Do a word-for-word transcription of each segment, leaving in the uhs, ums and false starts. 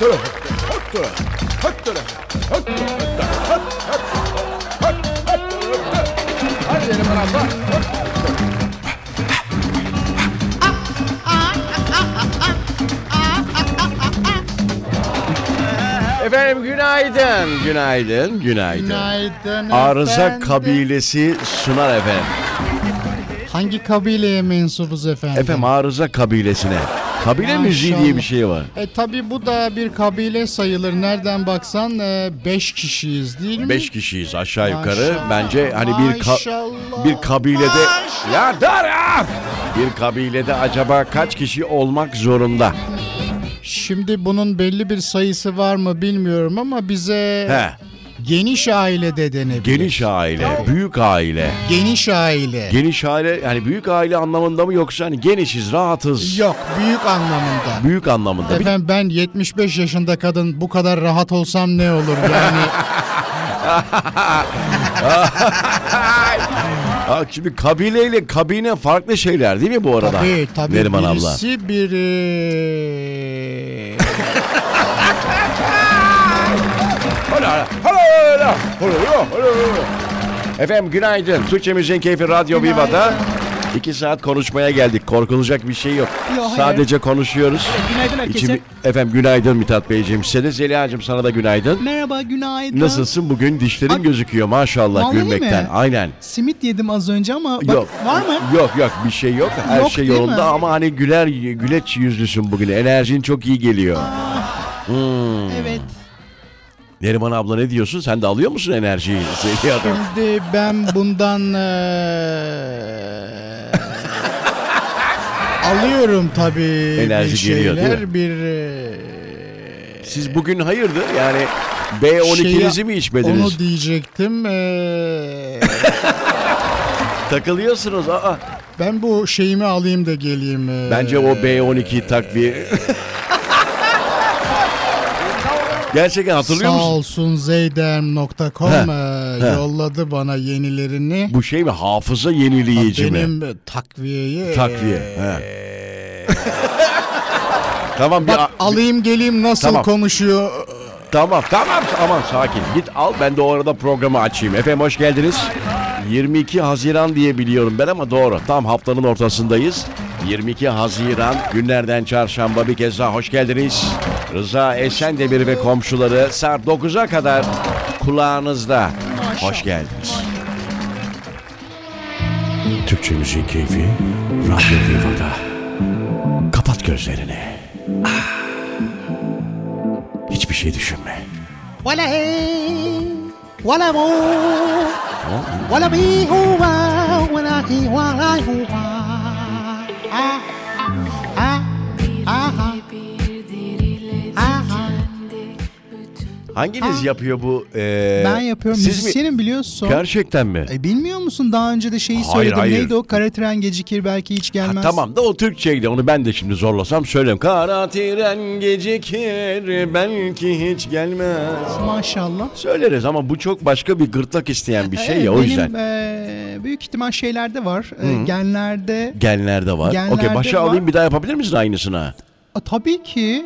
Hadi Neriman abla. Efendim günaydın, günaydın, günaydın. Günaydın Arıza efendim. kabilesi sunar efendim. Hangi kabileye mensubuz efendim? Efendim Arıza kabilesine. Kabile Maşallah. müziği diye bir şey var. E tabi bu da bir kabile sayılır. Nereden baksan e, beş kişiyiz değil mi? Beş kişiyiz aşağı yukarı. Maşallah, Bence hani bir ka- maşallah, bir kabilede maşallah. ya dar ya! Bir kabilede acaba kaç kişi olmak zorunda? Şimdi bunun belli bir sayısı var mı bilmiyorum ama bize He. geniş aile de denebilir. Geniş aile, büyük aile. Geniş aile. Geniş aile yani büyük aile anlamında mı yoksa hani genişiz, rahatız? Yok, büyük anlamında. Büyük anlamında. Efendim ben yetmiş beş yaşında kadın bu kadar rahat olsam ne olur yani? Ha, şimdi kabileyle kabine farklı şeyler değil mi bu arada? Tabii tabii. Neriman abla. Birisi biri. Efendim günaydın. Türkçe Müziğin Keyfi Radyo Günaydın. Viva'da iki saat konuşmaya geldik. Korkulacak bir şey yok. Yok, Sadece konuşuyoruz. Günaydın herkese. İçimi, efendim günaydın Mithat Beyciğim. Size de Zeliha'cığım sana da günaydın. Merhaba, günaydın. Nasılsın bugün? Dişlerin Ay- gözüküyor maşallah Vallahi gülmekten. mi? Aynen. Simit yedim az önce ama bak, Yok. var mı? Yok yok bir şey yok. Her Yok, şey değil yolunda mi? ama hani güler güleç yüzlüsün bugün. Enerjin çok iyi geliyor. Hmm. Evet. Neriman abla ne diyorsun? Sen de alıyor musun enerjiyi Zeliha'dan? Şimdi ben bundan eee, alıyorum tabii Enerji bir şeyler. geliyor, değil mi? Bir eee, Siz bugün hayırdır? Yani B on ikinizi şeyi- mi içmediniz? Onu diyecektim. Eee, Takılıyorsunuz. Aa. ben bu şeyimi alayım da geleyim. eee. Bence o B on iki takviye. Gerçekten hatırlıyor Sağ musun? olsun zeydem nokta com He, eee, he. yolladı bana yenilerini. Bu şey mi? Hafıza yenileyici mi? Benim takviyeyi. Takviye, eee, Tamam bir Bak a- alayım geleyim nasıl Tamam. konuşuyor. Tamam tamam aman sakin. Git al ben de o arada programı açayım. Efendim hoş geldiniz. yirmi iki Haziran diye biliyorum ben ama doğru. Tam haftanın ortasındayız. yirmi iki Haziran günlerden çarşamba bir kez daha hoş geldiniz. Rıza Esendemir ve komşuları saat dokuza kadar kulağınızda. Hoş geldiniz. Türkçe müziğin keyfi Radyo Viva'da. Kapat gözlerini. Hiçbir şey düşünme. Wala hey, wala mo, wala bi huwa, wala hi wala huwa. Ah, ah, ah, ah. Hanginiz yapıyor bu? e, Ben yapıyorum. siz mi? Müzisyenim biliyorsun. Gerçekten mi? E, bilmiyor musun? Daha önce de şeyi Hayır, söyledim. hayır. Neydi o? Kara tren gecikir belki hiç Ha, gelmez. tamam da o Türkçeydi. Onu ben de şimdi zorlasam söyleyeyim. Kara tren gecikir belki hiç gelmez. Maşallah. Söyleriz ama bu çok başka bir gırtlak isteyen bir şey Evet, ya o benim, yüzden. e, büyük ihtimal şeylerde var. E, genlerde. Genlerde var. Genlerde Okey başa var. alayım bir daha yapabilir misin aynısını? A, tabii ki.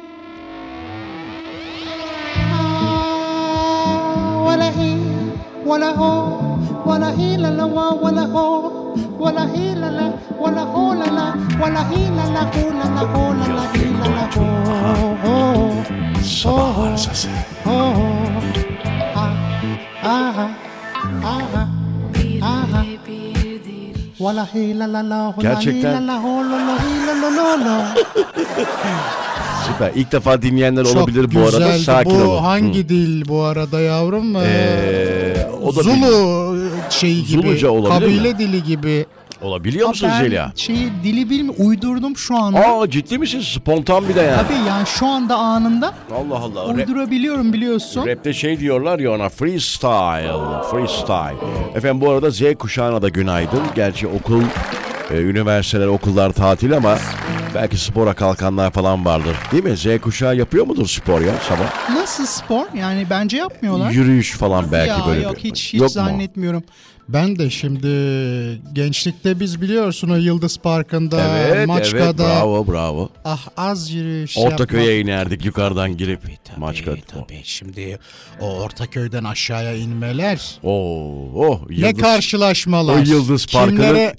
Wala hi, wala ho, wala hi la la wa, wala ho, wala hi la la, wala ho la la, wala hi la la ho la la ho la la hi la la ho ho Sabah arızası. ho ah ah ah ah. Wala hi la la la, wala hi Gerçekten- la la ho la la hi la la la la. Süper. İlk defa dinleyenler Çok olabilir bu arada. güzeldi. Sakin bu olun. hangi Hı. dil bu arada yavrum? Ee, o da Zulu şeyi gibi. Zuluca olabilir kabile mi? dili gibi. Olabiliyor musun Ben Zeliha? şeyi dili bilmi uydurdum şu anda. Aa ciddi misin? Spontan bir de yani. Tabii yani şu anda anında Allah Allah. Rap, uydurabiliyorum biliyorsun. rapte şey diyorlar ya ona freestyle. Freestyle. Efendim bu arada Z kuşağına da günaydın. Gerçi okul e, üniversiteler, okullar tatil ama belki spora kalkanlar falan vardır. Değil mi? Z kuşağı yapıyor mudur spor ya sabah? Nasıl spor? Yani bence yapmıyorlar. Yürüyüş falan belki ya, böyle. Yok bir- hiç, hiç Yok mu? zannetmiyorum. Ben de şimdi gençlikte biz biliyorsun o Yıldız Parkı'nda, Evet, Maçka'da. evet, bravo, bravo. Ah az yürüyüş Ortaköy'e inerdik yukarıdan girip. Tabii, Maçka. tabii. Şimdi o Ortaköy'den aşağıya inmeler. Oo, oh, Ne Yıldız, karşılaşmalar. o Yıldız Parkı'nın Kimlere,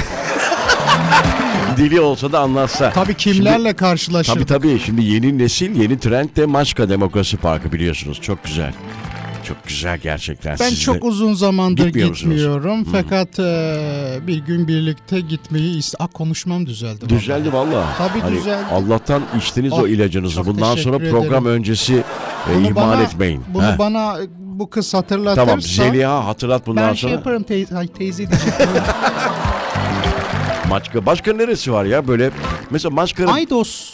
dili olsa da anlatsa. tabii kimlerle karşılaşır. Tabii tabii. Şimdi yeni nesil, yeni trend de Maçka Demokrasi Parkı biliyorsunuz. Çok güzel. Çok güzel gerçekten. Ben Siz de- çok uzun zamandır Gitmiyor musunuz? gitmiyorum. Fakat e, bir gün birlikte gitmeyi ist... Ah konuşmam düzeldi. vallahi. Düzeldi valla. Tabii düzeldi. Allah'tan içtiniz Ah, o ilacınızı. çok Bundan sonra teşekkür program ederim. öncesi e, Bunu ihmal bana- etmeyin. Bunu Heh. bana bu kız hatırlatırsa Tamam Zeliha hatırlat bundan ben sonra. şey yaparım teyze, ay, teyze diyecektim. Maçka. Başka neresi var ya böyle? Mesela Maçka'nın Aydos.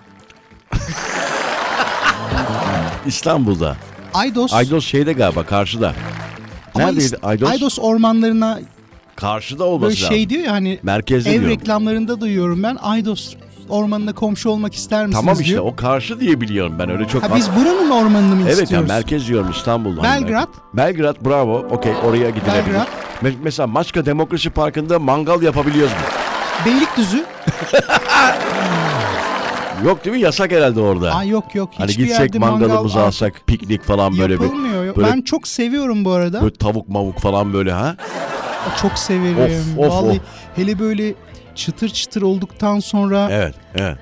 İstanbul'da. Aydos. Aydos şeyde galiba karşıda. Ama Neredeydi ist- Aydos? Aydos ormanlarına Karşıda olması böyle lazım. şey diyor ya hani Merkezde ev diyorum. reklamlarında duyuyorum ben. Aydos ormanına komşu olmak ister misiniz Tamam işte diyor. o karşı diye biliyorum ben öyle çok. Ha, biz buranın ormanını mı Evet ya istiyoruz? merkez diyorum İstanbul'da. Belgrad. Belgrad bravo. Okey oraya gidilebilir. Belgrad. Me- mesela Maçka Demokrasi Parkı'nda mangal yapabiliyoruz mu? Beylikdüzü. Yok değil mi? Yasak herhalde orada. Aa yok yok hani hiçbir gitsek yerde mangalımızı mangal alsak piknik falan böyle bir. yapılmıyor. böyle- Ben çok seviyorum bu arada. Böyle tavuk mavuk falan böyle ha. Çok severim. Of, of, Vallahi of. hele böyle çıtır çıtır olduktan sonra Evet evet.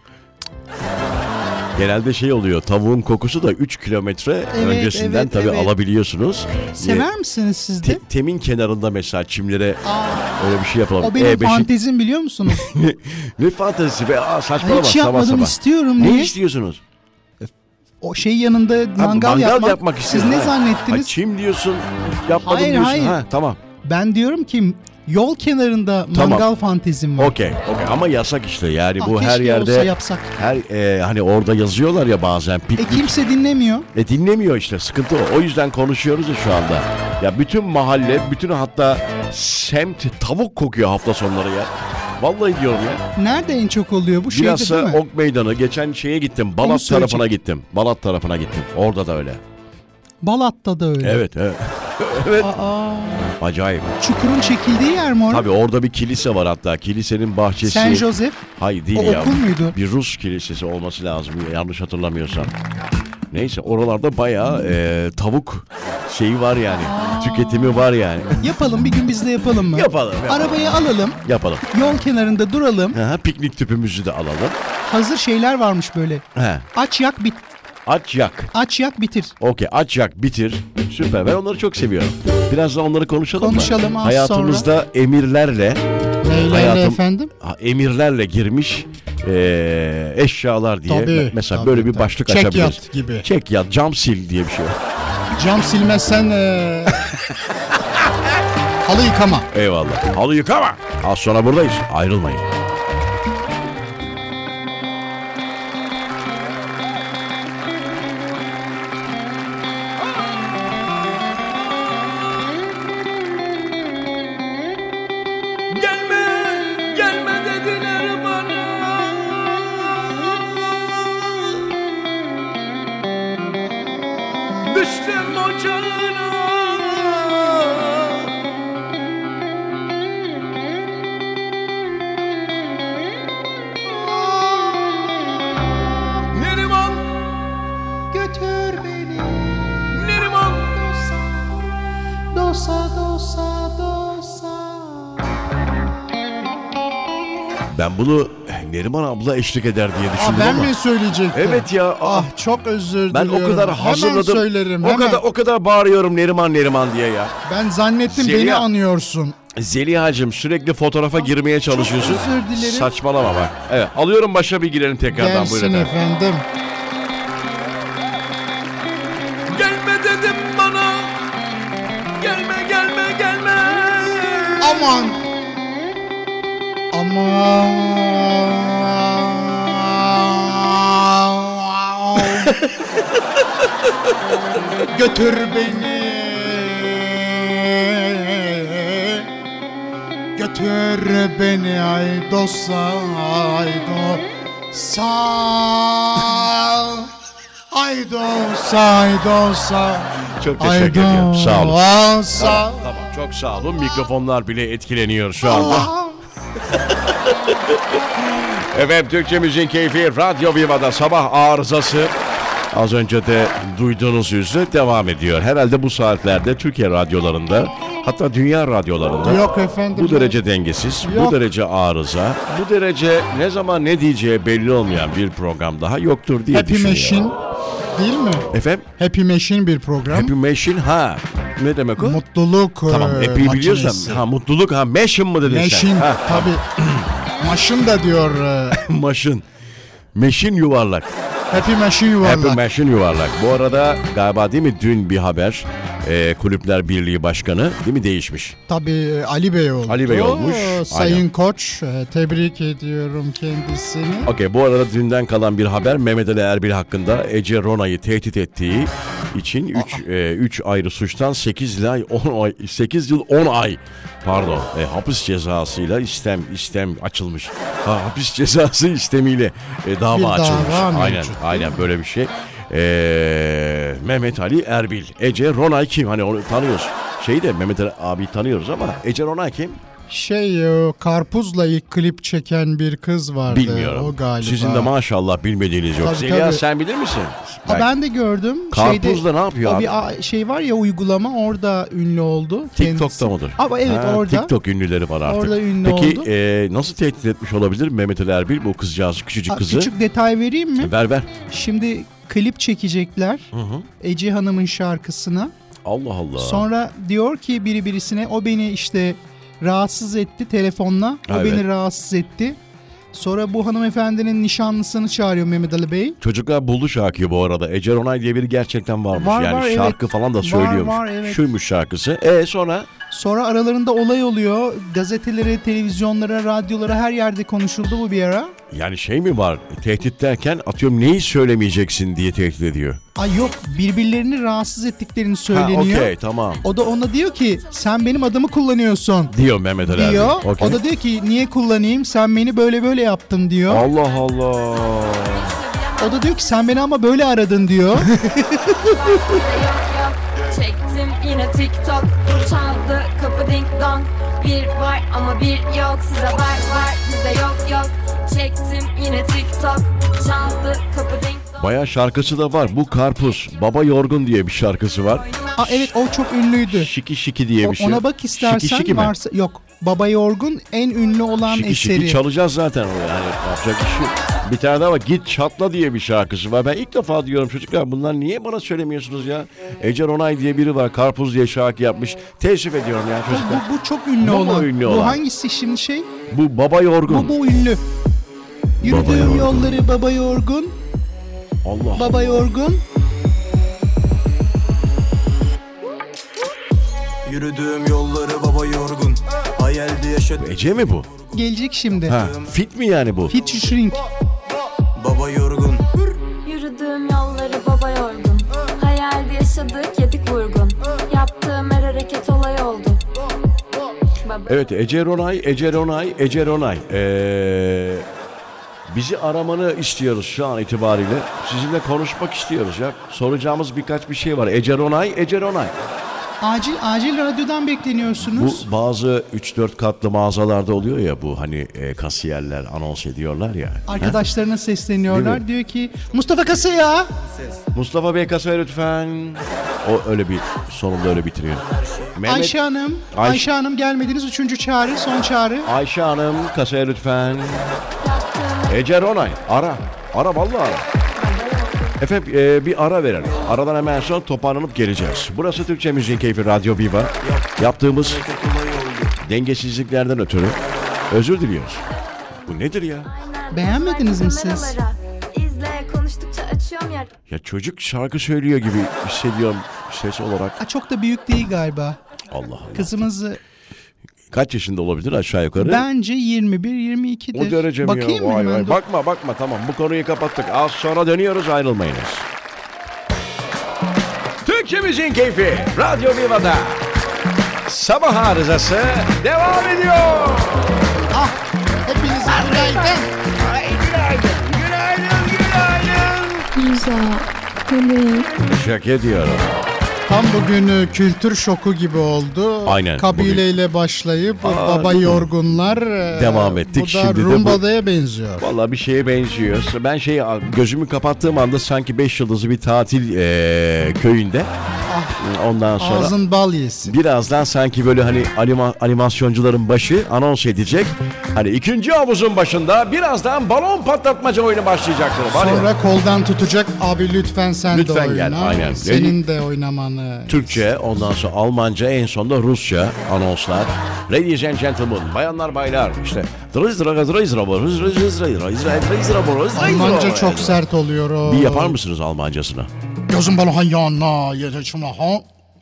Genelde şey oluyor tavuğun kokusu da üç kilometre Evet, öncesinden evet, tabii evet. alabiliyorsunuz. sever misiniz siz de? Te- temin kenarında mesela çimlere Aa, öyle bir şey yapalım. o benim E beşi- fantezim biliyor musunuz? Ne fantezisi be Aa, saçmalama Hiç sabah yapmadım sabah. istiyorum. Ne Niye? istiyorsunuz? O şey yanında Ha, mangal, yapmak. Siz istiyorsun, ne ha. Ha, zannettiniz? çim diyorsun yapmadım Hayır, diyorsun. hayır. Ha, tamam Ben diyorum ki yol kenarında Tamam. mangal fantezim var. okey okey ama yasak işte yani Ah, bu her keşke olsa yerde yapsak. her e, hani orada yazıyorlar ya bazen E piknik. kimse dinlemiyor. E dinlemiyor işte sıkıntı o. O yüzden konuşuyoruz ya şu anda. Ya bütün mahalle, bütün hatta semt tavuk kokuyor hafta sonları ya. Vallahi diyorum ya. Nerede en çok oluyor bu şeyde Bilhassa değil mi? Ok Meydanı. Geçen şeye gittim. Onu Balat söyleyecek. tarafına gittim. Balat tarafına gittim. Orada da öyle. Balat'ta da öyle. Evet evet. evet. Aa, Acayip. çukurun çekildiği yer mi orası? Tabii orada bir kilise var hatta. Kilisenin bahçesi. Saint Joseph. Hayır değil O ya. okul muydu? Bir Rus kilisesi olması lazım. Yanlış hatırlamıyorsam. Neyse oralarda bayağı e, tavuk şeyi var yani. Tüketimi var yani. Yapalım bir gün biz de yapalım mı? Yapalım, yapalım. Arabayı alalım. Yapalım. Yol kenarında duralım. Aha, piknik tüpümüzü de alalım. Hazır şeyler varmış böyle. He. Aç yak bit. Aç yak. Aç yak bitir. Okey aç yak bitir. Süper ben onları çok seviyorum. Biraz da onları konuşalım mı? Konuşalım az Hayatımızda emirlerle Neylerle Hayatım- efendim? ha, emirlerle girmiş e, eşyalar diye. Tabii, Me- Mesela tabii, böyle bir tabii. başlık Çek açabiliriz. yat gibi. Çek yat, cam sil diye bir şey var. Cam silmezsen eee halı yıkama. Eyvallah. Halı yıkama. Az sonra buradayız. Ayrılmayın. Gelme, gelme dediler bana. Düştüm ocağına. Neriman, Götür beni Neriman. dosa dosa dosa. Ben bunu Neriman abla eşlik eder diye Aa, düşündüm ben ama. mi söyleyecektim? Evet ya. aa, Ah çok özür ben diliyorum. o kadar hazırladım. Hemen söylerim. O hemen. kadar o kadar bağırıyorum Neriman Neriman diye ya. Ben zannettim Zeliha- beni anıyorsun. Zeliha'cığım sürekli fotoğrafa girmeye çalışıyorsun. özür dilerim. Saçmalama bak. Evet alıyorum başa bilgilerini tekrardan Gelsin buyurun efendim. efendim. Gelme dedim bana. Gelme, gelme, gelme. Aman. Aman. Götür beni. Götür beni ay dosa ay dosa ay dosa ay dosa Çok teşekkür ediyorum. Sağ olun. dosa. Tamam, tamam. Çok sağ olun. Mikrofonlar bile etkileniyor şu anda. Efendim Türkçe Müziğin Keyfi Radyo Viva'da sabah arızası. Az önce de duyduğunuz üzere devam ediyor. Herhalde bu saatlerde Türkiye radyolarında, hatta dünya radyolarında Yok efendim. bu derece dengesiz, Yok. bu derece arıza, bu derece ne zaman ne diyeceği belli olmayan bir program daha yoktur diye Happy düşünüyorum. Machine değil mi? Efendim? Happy Machine bir program. Happy Machine ha. Ne demek o? Mutluluk Tamam, e, happy makinesi. biliyorsam. Ha mutluluk ha machine mı dedin sen? Machine Ha, tabii. Maşın da diyor. e, Machine. Machine yuvarlak. Happy Machine yuvarlak. Happy Machine yuvarlak. Bu arada galiba değil mi dün bir haber, e, Kulüpler Birliği Başkanı değil mi değişmiş? Tabii e, Ali Bey oldu. Ali Bey olmuş. Sayın Aynen. Koç, e, tebrik ediyorum kendisini. Okey, bu arada dünden kalan bir haber Mehmet Ali Erbil hakkında Ece Rona'yı tehdit ettiği için üç ayrı suçtan sekiz ila on ay sekiz yıl on ay pardon e, hapis cezasıyla istem istem açılmış. Ha, hapis cezası istemiyle e, dava Bir açılmış. dava aynen mevcut. aynen böyle bir şey. E, Mehmet Ali Erbil. Ece Ronay kim? Hani onu tanıyoruz. Şeyi de Mehmet Ali abi tanıyoruz ama Ece Ronay kim? Şey e, karpuzla ilk klip çeken bir kız vardı. Bilmiyorum. O galiba. Sizin de maşallah bilmediğiniz yok. Tabii, Zeliha tabii. sen bilir misin? Ha, ben de gördüm. Karpuzla ne yapıyor o abi? bir a- şey var ya, uygulama, orada ünlü oldu. TikTok'ta kendisi. mıdır? Ama evet Ha, orada. TikTok ünlüleri var artık. Orada ünlü Peki oldu. e, nasıl tehdit etmiş olabilir Mehmet Ali Erbil bu kızcağızı, küçücük Ha, kızı? küçük detay vereyim mi? Ver ver. Şimdi klip çekecekler Hı hı. Ece Hanım'ın şarkısına. Allah Allah. Sonra diyor ki biri birisine, o beni işte rahatsız etti telefonla. O Evet. beni rahatsız etti. Sonra bu hanımefendinin nişanlısını çağırıyor Mehmet Ali Bey. Çocuklar buldu şarkıyı bu arada. Ece Ronay diye biri gerçekten varmış. Var, yani var, evet. şarkı falan da Var, söylüyormuş. var, evet. Şuymuş şarkısı. E sonra? Sonra aralarında olay oluyor. Gazetelere, televizyonlara, radyolara, her yerde konuşuldu bu bir ara. Yani şey mi var? Tehdit derken atıyorum neyi söylemeyeceksin diye tehdit ediyor. Ay yok, birbirlerini rahatsız ettiklerini Ha söyleniyor. okey tamam. O da ona diyor ki sen benim adımı kullanıyorsun Diyor Mehmet Ali diyor. Erbil. Okey. O da diyor ki niye kullanayım, sen beni böyle böyle yaptın diyor. Allah Allah. O da diyor ki sen beni ama böyle aradın diyor. Çektim yine TikTok, çaldı kapı ding dong. Bir var ama bir yok, size var var bizde yok yok. Çektim yine TikTok, çaldı kapı ding dong. Bayağı şarkısı da var. Bu Karpuz. Baba Yorgun diye bir şarkısı var. Aa, evet o çok ünlüydü. Şiki Şiki diye O- bir şey. Ona bak istersen, Şiki Şiki mi? varsa yok. Baba Yorgun en ünlü olan Şiki eseri. Şiki çalacağız zaten o yani. Yapacak bir şey yok. Bir tane daha var. Git Çatla diye bir şarkısı var. Ben ilk defa diyorum çocuklar bunlar niye bana söylemiyorsunuz ya? Ece Ronay diye biri var. Karpuz diye şarkı yapmış. Teessüf ediyorum ya bu, çocuklar. bu, bu çok ünlü Bu mu olan. ünlü bu olan? hangisi şimdi şey? Bu Baba Yorgun. Bu bu ünlü. Yürüdüğüm Yorgun. yolları baba yorgun. Allah. Baba yorgun. Yürüdüğüm yolları baba yorgun. Hayalde yaşadım Ece mi bu? Gelecek şimdi. Ha, fit mi yani bu? Fit Shrink. baba yorgun. Yürüdüğüm yolları baba yorgun. Hayalde yaşadık yedik vurgun. Yaptığım her hareket olay oldu. Baba. Evet Ece Ronay, Ece Ronay, Ece Ronay. Ee, bizi aramanı istiyoruz şu an itibariyle. Sizinle konuşmak istiyoruz ya. Soracağımız birkaç bir şey var. Ece Ronay, Ece Ronay. Acil acil radyodan bekleniyorsunuz. Bu bazı üç dört katlı mağazalarda oluyor ya bu hani e, kasiyerler anons ediyorlar ya. Arkadaşlarına sesleniyorlar. Değil Diyor ki Mustafa Kasa ya. Mustafa Bey kasaya lütfen. O öyle bir sonunda öyle bitiriyor. Mehmet, Ayşe Hanım. Ayşe- Ayşe Hanım gelmediniz. Üçüncü çağrı, son çağrı. Ayşe Hanım kasaya lütfen. Ece Ronay ara. Ara vallahi ara. Efendim e, bir ara verelim. Aradan hemen sonra toparlanıp geleceğiz. Burası Türkçe Müziğin Keyfi Radyo Viva. Yaptığımız dengesizliklerden ötürü özür diliyoruz. Bu nedir ya? Beğenmediniz mi siz? Kameralara. İzle, konuştukça açıyorum yer. Ya çocuk şarkı söylüyor gibi hissediyorum ses olarak. Aa, çok da büyük değil galiba. Allah Allah. Kızımız Kaç yaşında olabilir aşağı yukarı? bence yirmi bir yirmi ikidir. O derece mi Bakayım ya? mı Vay hemen? vay. Dur. Bakma bakma tamam bu konuyu kapattık. Az sonra dönüyoruz ayrılmayınız. Türkçe Müziğin Keyfi Radyo Viva'da sabah arızası devam ediyor. Ah, hepinize günaydın. Güzel. Tabii. Teşekkür ediyorum. Tam bugün e, kültür şoku gibi oldu. Aynen, Kabileyle başlayıp Aa, baba değil mi? yorgunlar. e, Devam ettik. Bu da Şimdi de bu- Rumbada'ya benziyor. Vallahi bir şeye benziyor. Ben şey gözümü kapattığım anda sanki beş yıldızlı bir tatil eee, köyünde. Ondan sonra Ağzın bal yesin. birazdan sanki böyle hani anima, animasyoncuların başı anons edecek. Hani ikinci havuzun başında birazdan balon patlatmaca oyunu başlayacaktır. Var ya. Sonra koldan tutacak. Abi lütfen sen Lütfen de oyna. gel, aynen. Senin de oynamanı. Türkçe, ondan sonra Almanca, en sonunda Rusça anonslar. Ladies and gentlemen, bayanlar baylar, işte. Almanca çok sert oluyor o. Bir yapar mısınız Almancasını? Gözüm balo hayana yaşama ha.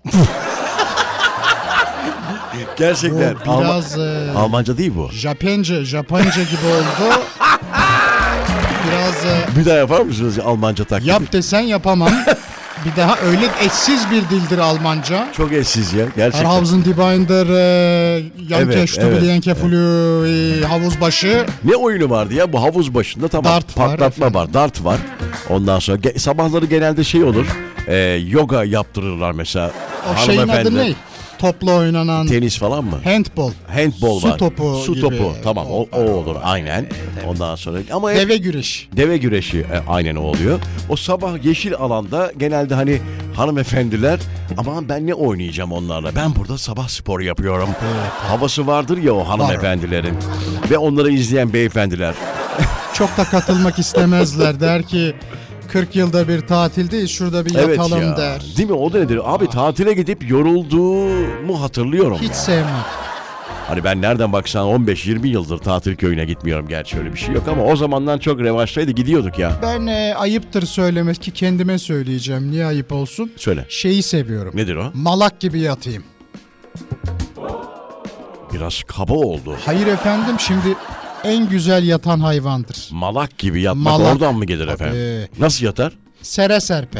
Gerçekten. Bu biraz e, Almanca değil bu. Japonca, Japonca gibi oldu. Biraz e, Bir daha yapar mısınız Almanca taklidi? yap desen yapamam. Bir daha öyle eşsiz bir dildir Almanca. Çok eşsiz ya, gerçekten. Erhavzen die Binder, Yanke Evet, Stubelienke Fulü, havuz başı. Ne oyunu vardı ya bu havuz başında? Tamam, Dart var patlatma efendim. var, dart var. Ondan sonra ge- sabahları genelde şey olur. E, yoga yaptırırlar mesela. O şeyin adı hanımefendiler. ne? Topla oynanan Tenis falan mı? handball. Handball Su var. topu Su gibi. topu. Tamam o, o olur aynen. Ondan sonra ama hep Deve güreş. deve güreşi e, aynen o oluyor. O sabah yeşil alanda genelde hani hanımefendiler aman ben ne oynayacağım onlarla? Ben burada sabah spor yapıyorum. Havası vardır ya o hanımefendilerin. Ve onları izleyen beyefendiler. Çok da katılmak istemezler. Der ki kırk yılda bir tatildeyiz, şurada bir Evet yatalım ya. der. Değil mi? O da nedir? Abi tatile gidip yorulduğumu hatırlıyorum. Hiç ya. sevmem. Hani ben nereden baksan on beş yirmi yıldır tatil köyüne gitmiyorum. Gerçi öyle bir şey yok ama o zamandan çok revaçtaydı, gidiyorduk ya. Ben e, ayıptır söylemek ki kendime söyleyeceğim. Niye ayıp olsun? Söyle. Şeyi seviyorum. Nedir o? Malak gibi yatayım. Biraz kaba oldu. Hayır efendim, şimdi en güzel yatan hayvandır. Malak gibi yatmak Malak. oradan mı gelir efendim? Tabii. Nasıl yatar? Sere serpe.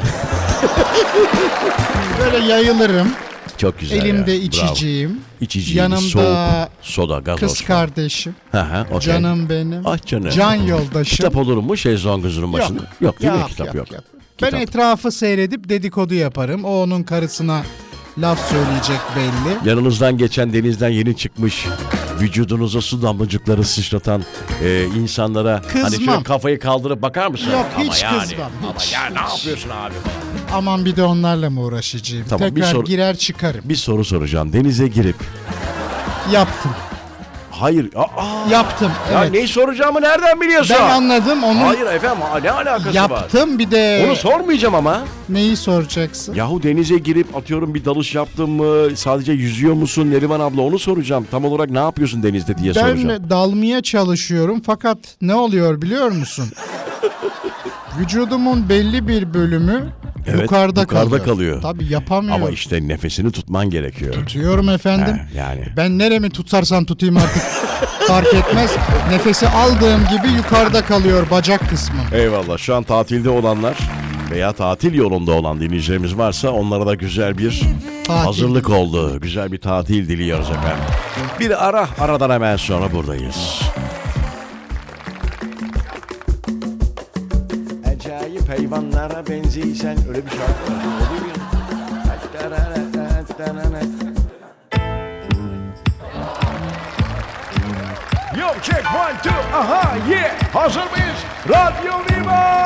Böyle yayılırım. Çok güzel Elimde ya. içeceğim. Bravo. İçeceğim, Yanımda soğuk, soda, gazoz. kız kardeşim. Hı hı, okey. Canım benim. Ah canım. Can yoldaşım. Kitap olur mu şezlonguzunun başında? Yok, değil mi Yok, kitap yok. Ben Kitap. etrafı seyredip dedikodu yaparım. O onun karısına laf söyleyecek belli. Yanınızdan geçen denizden yeni çıkmış vücudunuza su damlacıkları sıçratan e, insanlara hani Kızmam. şöyle kafayı kaldırıp bakar mısın? Yok, Ama hiç yani, kızmam, Ama hiç, ya ne hiç. yapıyorsun abi? Aman bir de onlarla mı uğraşacağım? Tamam, bir Tekrar sor- girer çıkarım. Bir soru soracağım. Denize girip Yaptım. hayır. Aa, Yaptım. ya Evet. neyi soracağımı nereden biliyorsun? Ben anladım onu. Hayır efendim ne alakası var? Yaptım bir de. Onu sormayacağım ama. Neyi soracaksın? Yahu denize girip atıyorum bir dalış yaptın mı? Sadece yüzüyor musun Neriman abla onu soracağım. Tam olarak ne yapıyorsun denizde diye soracağım. Ben dalmaya çalışıyorum fakat ne oluyor biliyor musun? Vücudumun belli bir bölümü Evet, yukarıda, yukarıda kalıyor. kalıyor. Tabii yapamıyorum. Ama işte nefesini tutman gerekiyor. Tutuyorum efendim. Ha, yani. Ben neremi tutarsam tutayım artık fark etmez. Nefesi aldığım gibi yukarıda kalıyor bacak kısmım. Eyvallah. Şu an tatilde olanlar veya tatil yolunda olan dinleyicilerimiz varsa onlara da güzel bir Tatil. hazırlık oldu. Güzel bir tatil diliyoruz efendim. Bir ara, aradan hemen sonra buradayız. Acayip hayvanlara benziysen öyle bir şarkı var. Oluyor ya. Yo check one two aha yeah hazır mıyız? Radyo Viva!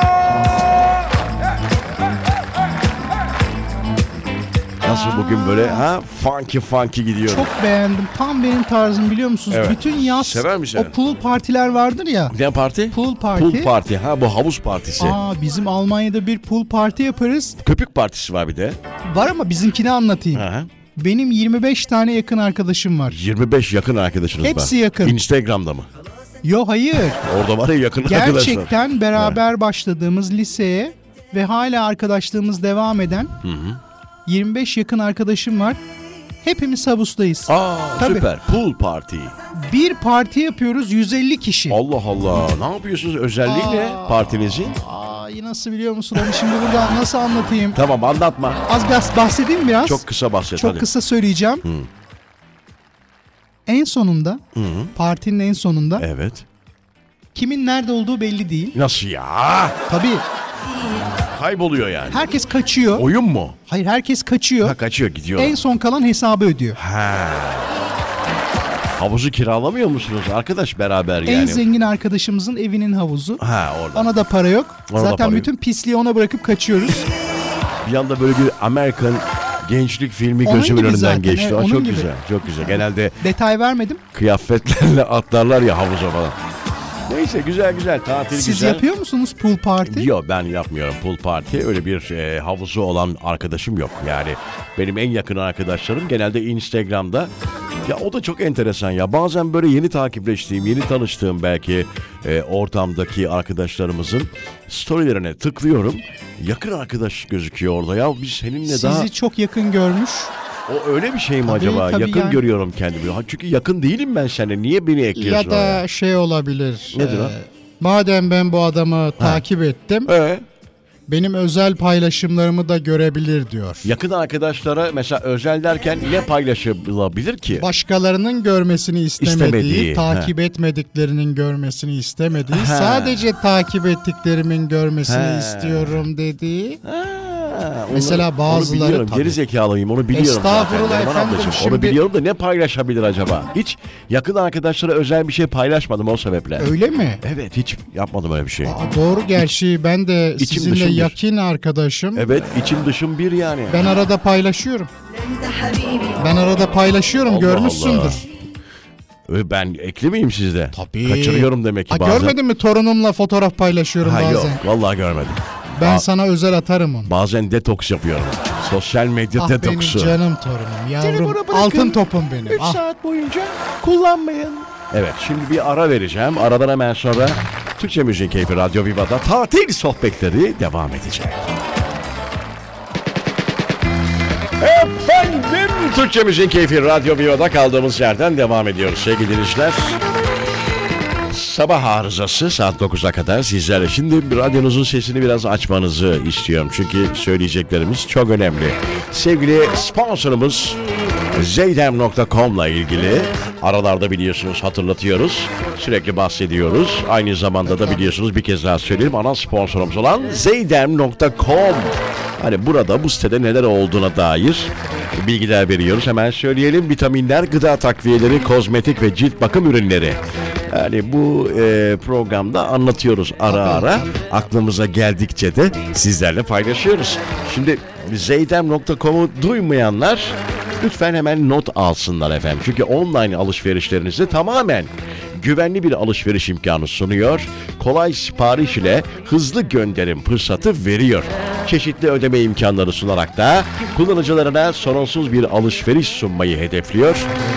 Nasıl bugün böyle ha funky funky gidiyor. Çok beğendim. Tam benim tarzım biliyor musunuz? Evet. Bütün yaz Sever misin? o pool partiler vardır ya. Ne parti? Pool party. Pool party ha bu havuz partisi. Aa, bizim Almanya'da bir pool party yaparız. Köpük partisi var bir de. Var ama bizimkini anlatayım. Hı hı. Benim yirmi beş tane yakın arkadaşım var. yirmi beş yakın arkadaşınız var. Hepsi yakın. Instagram'da mı? Yo hayır. Orada var ya yakın arkadaşlar. Gerçekten beraber başladığımız liseye ve hala arkadaşlığımız devam eden yirmi beş yakın arkadaşım var. Hepimiz havuzdayız. Aa Tabii. süper. Pool party. Bir parti yapıyoruz yüz elli kişi. Allah Allah. Ne yapıyorsunuz? Özelliği ne Aa. partinizin? Aa, nasıl biliyor musun? Onu şimdi burada nasıl anlatayım? Tamam anlatma. Az biraz bahsedeyim biraz. Çok kısa bahset Çok hadi. kısa söyleyeceğim. En sonunda, Hı-hı. partinin en sonunda Evet. kimin nerede olduğu belli değil. Nasıl ya? Tabii Kayboluyor yani. herkes kaçıyor. Oyun mu? Hayır, herkes kaçıyor. Ha, kaçıyor gidiyor. En son kalan hesabı ödüyor. Ha. Havuzu kiralamıyor musunuz arkadaş beraber yani? En zengin arkadaşımızın evinin havuzu. Ha, orada. Ona da para yok. Ona da Zaten para yok. bütün pisliği ona bırakıp kaçıyoruz. Bir anda böyle bir Amerikan gençlik filmi Onun gözümün gibi önünden zaten, geçti. evet, Aa, onun çok gibi. güzel, çok güzel. Genelde Detay vermedim. kıyafetlerle atlarlar ya havuza falan. Neyse, güzel güzel, tatil Siz güzel. yapıyor musunuz pool party? Yok, ben yapmıyorum pool party. Öyle bir e, havuzu olan arkadaşım yok. Yani benim en yakın arkadaşlarım genelde Instagram'da. Ya o da çok enteresan ya. Bazen böyle yeni takipleştiğim, yeni tanıştığım belki e, ortamdaki arkadaşlarımızın storylerine tıklıyorum. Yakın arkadaş gözüküyor orada ya. Biz seninle Sizi daha... çok yakın görmüş. O öyle bir şey mi Tabii, acaba? tabii Yakın yani. görüyorum kendimi. Ha, çünkü yakın değilim ben seninle. Niye beni ekliyorsun Ya oraya? da şey olabilir. Nedir o? e, Madem ben bu adamı takip ettim, Ee, benim özel paylaşımlarımı da görebilir diyor. yakın arkadaşlara mesela özel derken ne paylaşılabilir ki? Başkalarının görmesini istemediği, İstemediği, takip etmediklerinin görmesini istemediği, Ha. sadece takip ettiklerimin görmesini Ha. istiyorum dediği. Ha, onu- Mesela bazıları onu biliyorum. tabii. Geri zekalıyım, onu biliyorum Estağfurullah zaten. Neriman efendim, ablacığım, şimdi- Onu biliyorum da ne paylaşabilir acaba? Hiç yakın arkadaşlara özel bir şey paylaşmadım o sebeple. Öyle mi? Evet, hiç yapmadım öyle bir şey. Aa, doğru, gerçi ben de İçim sizinle dışım bir. yakın arkadaşım. Evet, içim dışım bir yani. Ben arada paylaşıyorum. Ben arada paylaşıyorum, Allah görmüşsündür. Allah. Ee, Ben ekli miyim sizde? Tabii. Kaçırıyorum demek ki Ha, bazen. görmedin mi, torunumla fotoğraf paylaşıyorum Ha, bazen. yok, vallahi görmedim. Ben Aa. sana özel atarım onu. Bazen detoks yapıyorum. Sosyal medya Ah benim detoksu. canım torunum, yavrum, Telefonu bırakın. altın topum benim. üç Ah. saat boyunca kullanmayın. Evet, şimdi bir ara vereceğim. Aradan hemen sonra Türkçe Müziğin Keyfi Radyo Viva'da tatil sohbetleri devam edecek. Efendim, Türkçe Müziğin Keyfi Radyo Viva'da kaldığımız yerden devam ediyoruz sevgili dinleyiciler. Sabah arızası saat dokuza kadar sizlerle. Şimdi radyonuzun sesini biraz açmanızı istiyorum. Çünkü söyleyeceklerimiz çok önemli. Sevgili sponsorumuz zeydem nokta com'la ilgili aralarda biliyorsunuz hatırlatıyoruz. Sürekli bahsediyoruz. Aynı zamanda da biliyorsunuz, bir kez daha söyleyeyim, ana sponsorumuz olan zeydem nokta com. Hani burada bu sitede neler olduğuna dair bilgiler veriyoruz. Hemen söyleyelim. Vitaminler, gıda takviyeleri, kozmetik ve cilt bakım ürünleri. Yani bu e, programda anlatıyoruz ara ara. Aklımıza geldikçe de sizlerle paylaşıyoruz. Şimdi zeydem nokta com'u duymayanlar lütfen hemen not alsınlar efendim. Çünkü online alışverişlerinizde tamamen güvenli bir alışveriş imkanı sunuyor. Kolay sipariş ile hızlı gönderim fırsatı veriyor. Çeşitli ödeme imkanları sunarak da kullanıcılarına sorunsuz bir alışveriş sunmayı hedefliyor.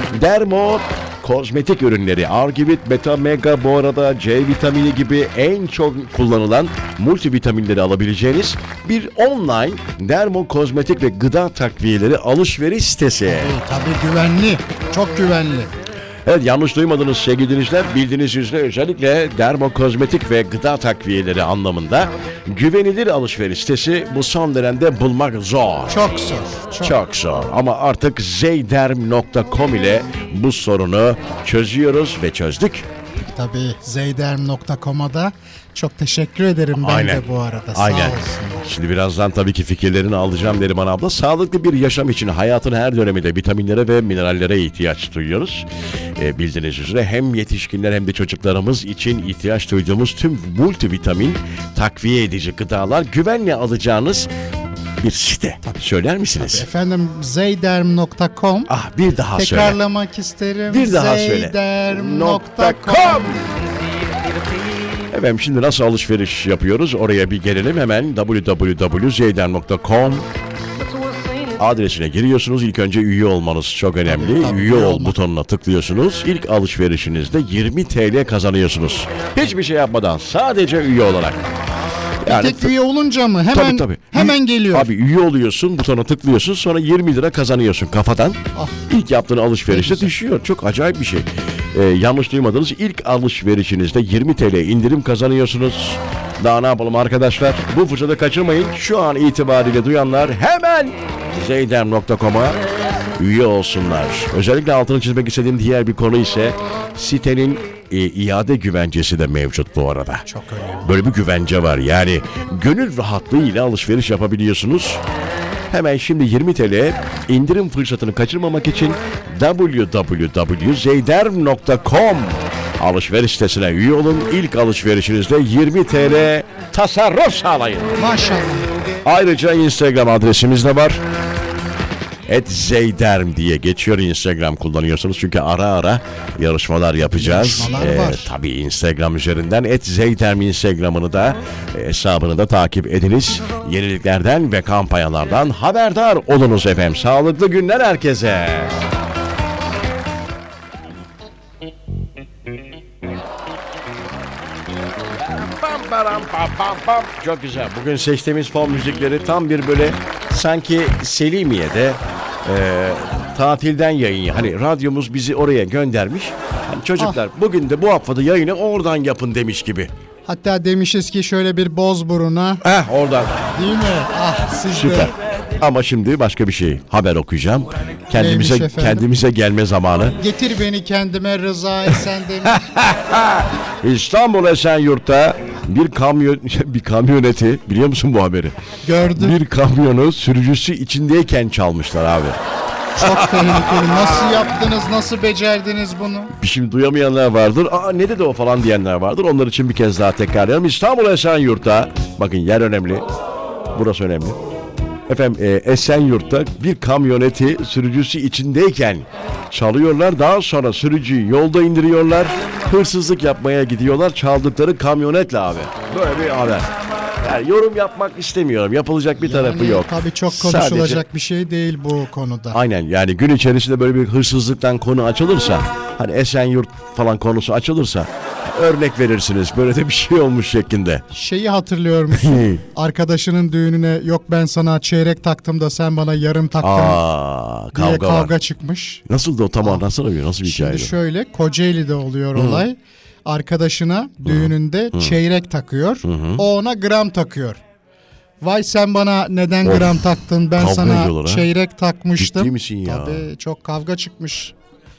Dermo kozmetik ürünleri, Argivit, Beta Mega, bu arada C vitamini gibi en çok kullanılan multivitaminleri alabileceğiniz bir online dermo kozmetik ve gıda takviyeleri alışveriş sitesi. Tabii, tabii güvenli, çok güvenli. Evet, yanlış duymadınız sevgili dinleyiciler. Bildiğiniz üzere özellikle dermo kozmetik ve gıda takviyeleri anlamında güvenilir alışveriş sitesi bu son dönemde bulmak zor. Çok zor. Çok. Çok zor ama artık zeydem nokta com ile bu sorunu çözüyoruz ve çözdük. Tabii zeydem nokta com'a da çok teşekkür ederim ben Aynen. de bu arada. Aynen. Sağ olsunlar. Şimdi birazdan tabii ki fikirlerini alacağım Neriman abla. Sağlıklı bir yaşam için hayatın her döneminde vitaminlere ve minerallere ihtiyaç duyuyoruz. Ee, bildiğiniz üzere hem yetişkinler hem de çocuklarımız için ihtiyaç duyduğumuz tüm multivitamin, takviye edici gıdalar güvenle alacağınız bir site. Söyler misiniz? Efendim zeydem nokta com. Ah, bir daha söyle. Tekrarlamak isterim. Bir daha söyle. zeydem nokta com. Efendim, şimdi nasıl alışveriş yapıyoruz? Oraya bir gelelim hemen. double-u double-u double-u nokta zeydem nokta com adresine giriyorsunuz. İlk önce üye olmanız çok önemli. Tabii, üye üye ol olmak. butonuna tıklıyorsunuz. İlk alışverişinizde yirmi TL kazanıyorsunuz. Hiçbir şey yapmadan, sadece üye olarak. Yani Tek üye olunca mı? Hemen tabii, tabii. hemen Üye- geliyor. Abi üye oluyorsun, butona tıklıyorsun, sonra yirmi lira kazanıyorsun kafadan. Ah. İlk yaptığın alışverişte Ne güzel. düşüyor. Çok acayip bir şey. Ee, yanlış duymadınız. İlk alışverişinizde yirmi TL indirim kazanıyorsunuz. Daha ne yapalım arkadaşlar? Bu fırsatı kaçırmayın. Şu an itibariyle duyanlar hemen zeydem nokta com'a üye olsunlar. Özellikle altını çizmek istediğim diğer bir konu ise sitenin e, iade güvencesi de mevcut bu arada. Çok önemli. Böyle bir güvence var. Yani gönül rahatlığıyla alışveriş yapabiliyorsunuz. Hemen şimdi yirmi TL indirim fırsatını kaçırmamak için double-u double-u double-u nokta zeyderm nokta com alışveriş sitesine üye olun. İlk alışverişinizde yirmi TL tasarruf sağlayın. Maşallah. Ayrıca Instagram adresimiz de var. et zeyderm diye geçiyor Instagram kullanıyorsanız. Çünkü ara ara yarışmalar yapacağız. Yarışmalar var. Tabii Instagram üzerinden et zeyderm Instagram'ını da e, hesabını da takip ediniz. Yeniliklerden ve kampanyalardan haberdar olunuz efendim. Sağlıklı günler herkese. Çok güzel. Bugün seçtiğimiz fon müzikleri tam bir böyle sanki Selimiye'de e, tatilden yayın. Hani radyomuz bizi oraya göndermiş. Hani çocuklar bugün de bu haftada yayını oradan yapın demiş gibi. Hatta demişiz ki şöyle bir Bozburun'a. Heh oradan. Değil mi? Ah siz Süper. de. Ama şimdi başka bir şey. Haber okuyacağım. Kendimize Neymiş efendim? kendimize gelme zamanı. Getir beni kendime Rıza Esen demiş. İstanbul Esenyurt'ta bir kamyon bir kamyoneti biliyor musun bu haberi? Gördüm. Bir kamyonu sürücüsü içindeyken çalmışlar abi. Çok tehlikeli. Nasıl yaptınız? Nasıl becerdiniz bunu? Şimdi duyamayanlar vardır. Aa ne dedi o falan diyenler vardır. Onlar için bir kez daha tekrarlayalım. İstanbul Esenyurt'ta bakın yer önemli. Burası önemli. Efendim e, Esenyurt'ta bir kamyoneti sürücüsü içindeyken çalıyorlar. Daha sonra sürücüyü yolda indiriyorlar. Hırsızlık yapmaya gidiyorlar. Çaldıkları kamyonetle abi. Böyle bir haber. Yani yorum yapmak istemiyorum. Yapılacak bir tarafı yok. Tabii çok konuşulacak Sadece, bir şey değil bu konuda. aynen yani gün içerisinde böyle bir hırsızlıktan konu açılırsa, hani Esenyurt falan konusu açılırsa örnek verirsiniz. Böyle de bir şey olmuş şeklinde. Şeyi hatırlıyor musun? Arkadaşının düğününe yok ben sana çeyrek taktım da sen bana yarım taktın Aa, diye kavga, kavga var. çıkmış. Nasıl da o tam anlatsana bir nasıl bir Şimdi hikaye? şöyle Kocaeli'de oluyor olay. Arkadaşına düğününde çeyrek takıyor. O ona gram takıyor. Vay sen bana neden Of, gram taktın? Ben kavga sana ediyorlar ha. çeyrek takmıştım. Ciddi misin ya? Tabii çok kavga çıkmış.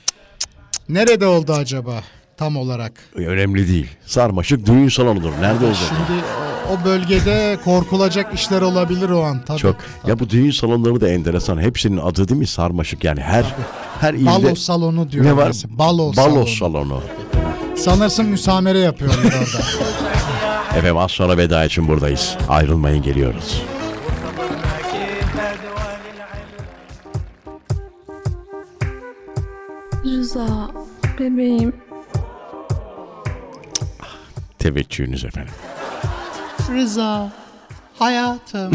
Nerede oldu acaba tam olarak? Önemli değil. Sarmaşık düğün salonudur. Nerede olacak? Şimdi o, o bölgede korkulacak işler olabilir o an tabii. Çok. Ya bu düğün salonları da enteresan. Hepsinin adı değil mi sarmaşık? Yani her her ilde Balo salonu diyor. ne var? mesela. Balo, Balo salonu. salonu. Sanırsın müsamere yapıyorlar orada. Efendim az sonra veda için buradayız. Ayrılmayın geliyoruz. Rıza, bebeğim. Teveccühünüz efendim. Rıza, hayatım.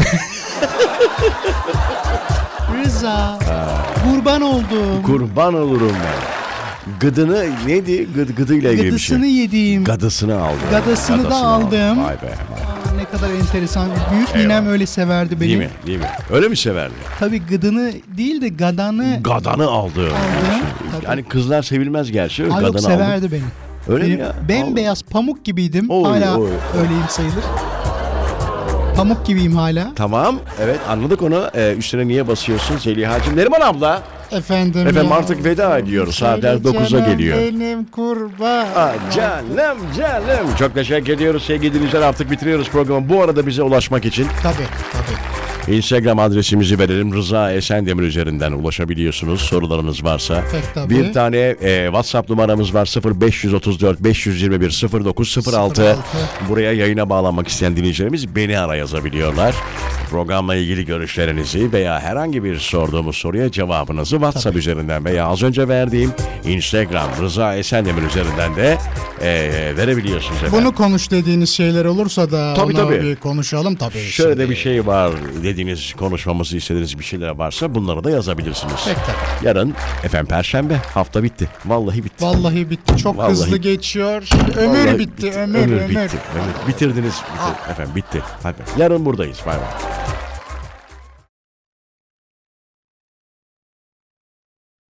Rıza, kurban oldum. Kurban olurum ben. Gıdını neydi? Gıd, gıdıyla ilgili bir Gıdısını şey. yediğim. Gadısını aldım. Gadasını da aldım. Vay be. Aa, ne kadar enteresan. Büyük ninem öyle severdi beni. Değil mi? Değil mi? Öyle mi severdi? Tabii gıdını değil de gadanı. Gadanı aldı. Aldı. Tabii. Yani kızlar sevilmez gerçi. Aa, yok Gadanı aldı. severdi beni. Öyle Benim mi ya? bembeyaz pamuk gibiydim. Oy, hala oy. öyleyim sayılır. Pamuk gibiyim hala. Tamam. Evet anladık onu. Ee, üstüne niye basıyorsun Zeliha'cığım? Neriman abla. Efendim, Efendim ya. artık veda ediyoruz. Saatler Söyle dokuza canım geliyor. Benim kurban. Aa, canım canım. Çok teşekkür ediyoruz sevgili dinleyiciler. Artık bitiriyoruz programı. Bu arada bize ulaşmak için Tabii tabii. Instagram adresimizi verelim. Rıza Esendemir üzerinden ulaşabiliyorsunuz. Sorularınız varsa. Pek tabii. Bir tane e, WhatsApp numaramız var. sıfır beş otuz dört beş yirmi bir sıfır dokuz sıfır altı. Buraya yayına bağlanmak isteyen dinleyicilerimiz beni ara yazabiliyorlar. Programla ilgili görüşlerinizi veya herhangi bir sorduğumuz soruya cevabınızı WhatsApp tabii. üzerinden veya az önce verdiğim Instagram Rıza Esendemir üzerinden de e, verebiliyorsunuz efendim. Bunu konuş dediğiniz şeyler olursa da Tabii, onu tabii. bir konuşalım tabii. Şöyle Şimdi. de bir şey var dediğiniz, konuşmamızı istediğiniz bir şeyler varsa bunları da yazabilirsiniz. Pek tabii. Yarın efendim Perşembe, hafta bitti. Vallahi bitti. Vallahi bitti. Çok Vallahi- hızlı geçiyor. Şimdi ömür Vallahi bitti. Ömür ömür ömür. bitti. Ömür. Bitirdiniz. Bitir. Efendim bitti. Hadi. Yarın buradayız. Bay bay.